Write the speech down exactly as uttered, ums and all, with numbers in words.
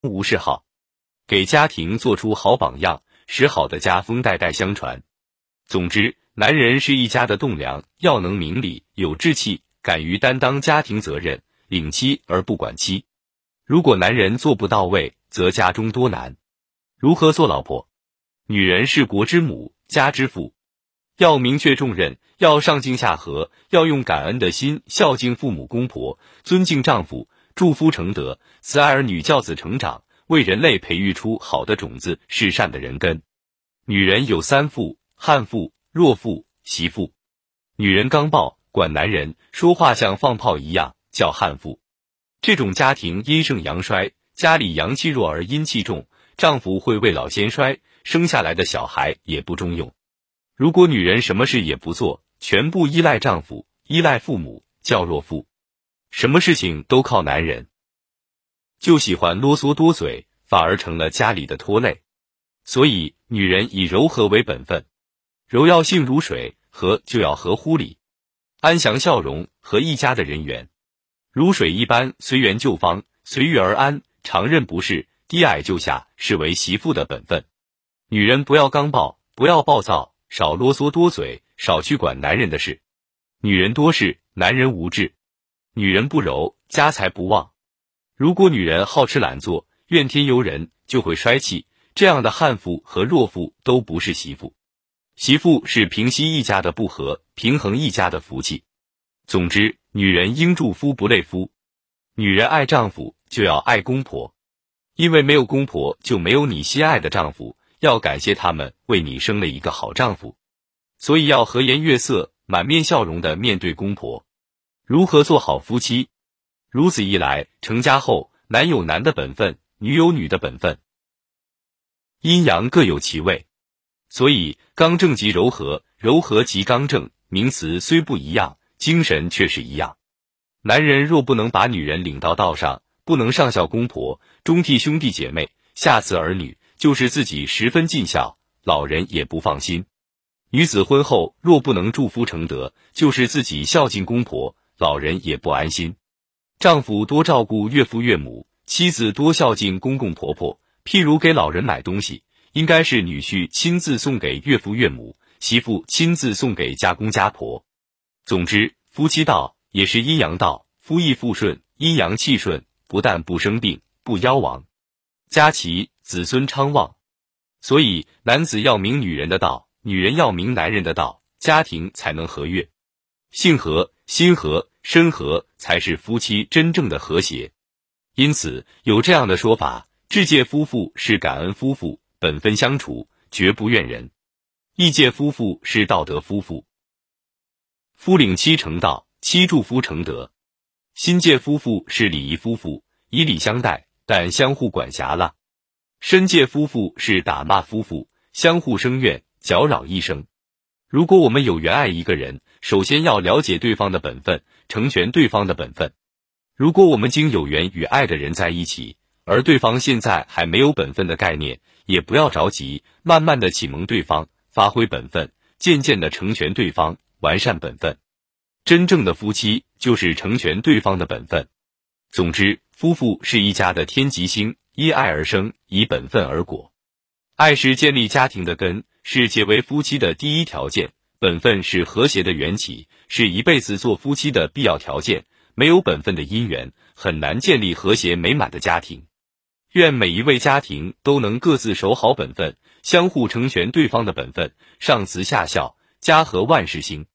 无事好，给家庭做出好榜样，使好的家风代代相传。总之，男人是一家的栋梁，要能明理、有志气，敢于担当家庭责任，领妻而不管妻。如果男人做不到位，则家中多难。如何做老婆？女人是国之母，家之父，要明确重任，要上敬下和，要用感恩的心孝敬父母公婆，尊敬丈夫，助夫成德，慈爱儿女，教子成长，为人类培育出好的种子，是善的人根。女人有三妇：悍妇、弱妇、媳妇。女人刚暴，管男人，说话像放炮一样，叫悍妇。这种家庭阴盛阳衰，家里阳气弱而阴气重，丈夫会未老先衰，生下来的小孩也不中用。如果女人什么事也不做，全部依赖丈夫，依赖父母，叫弱妇。什么事情都靠男人，就喜欢啰嗦多嘴，反而成了家里的拖累。所以女人以柔和为本分，柔要性如水，和就要合乎理，安详笑容和一家的人缘。如水一般，随缘就方，随遇而安，常认不是，低矮就下，是为媳妇的本分。女人不要刚暴，不要暴躁，少啰嗦多嘴，少去管男人的事。女人多事，男人无志。女人不柔，家财不旺。如果女人好吃懒做，怨天尤人，就会衰气。这样的悍妇和弱妇都不是媳妇。媳妇是平息一家的不和，平衡一家的福气。总之，女人应助夫不累夫。女人爱丈夫，就要爱公婆，因为没有公婆，就没有你心爱的丈夫，要感谢他们为你生了一个好丈夫。所以要和颜悦色，满面笑容地面对公婆。如何做好夫妻？如此一来，成家后，男有男的本分，女有女的本分，阴阳各有其位。所以刚正即柔和，柔和即刚正，名词虽不一样，精神却是一样。男人若不能把女人领到道上，不能上孝公婆，中替兄弟姐妹，下慈儿女，就是自己十分尽孝，老人也不放心。女子婚后若不能助夫成德，就是自己孝敬公婆，老人也不安心。丈夫多照顾岳父岳母，妻子多孝敬公公婆婆。譬如给老人买东西，应该是女婿亲自送给岳父岳母，媳妇亲自送给家公家婆。总之，夫妻道也是阴阳道，夫义妇顺，阴阳气顺，不但不生病，不夭亡，家齐，子孙昌旺。所以男子要明女人的道，女人要明男人的道，家庭才能和悦。性和、心和、身和才是夫妻真正的和谐。因此有这样的说法，智介夫妇是感恩夫妇，本分相处，绝不怨人。义介夫妇是道德夫妇。夫领妻成道，妻助夫成德。心介夫妇是礼仪夫妇，以礼相待，但相互管辖了。身介夫妇是打骂夫妇，相互生怨，搅扰一生。如果我们有缘爱一个人，首先要了解对方的本分，成全对方的本分。如果我们经有缘与爱的人在一起，而对方现在还没有本分的概念，也不要着急，慢慢的启蒙对方，发挥本分，渐渐的成全对方，完善本分。真正的夫妻就是成全对方的本分。总之，夫妇是一家的天极星，依爱而生，以本分而果。爱是建立家庭的根，是结为夫妻的第一条件。本分是和谐的缘起，是一辈子做夫妻的必要条件。没有本分的姻缘，很难建立和谐美满的家庭。愿每一位家庭都能各自守好本分，相互成全对方的本分，上慈下孝，家和万事兴。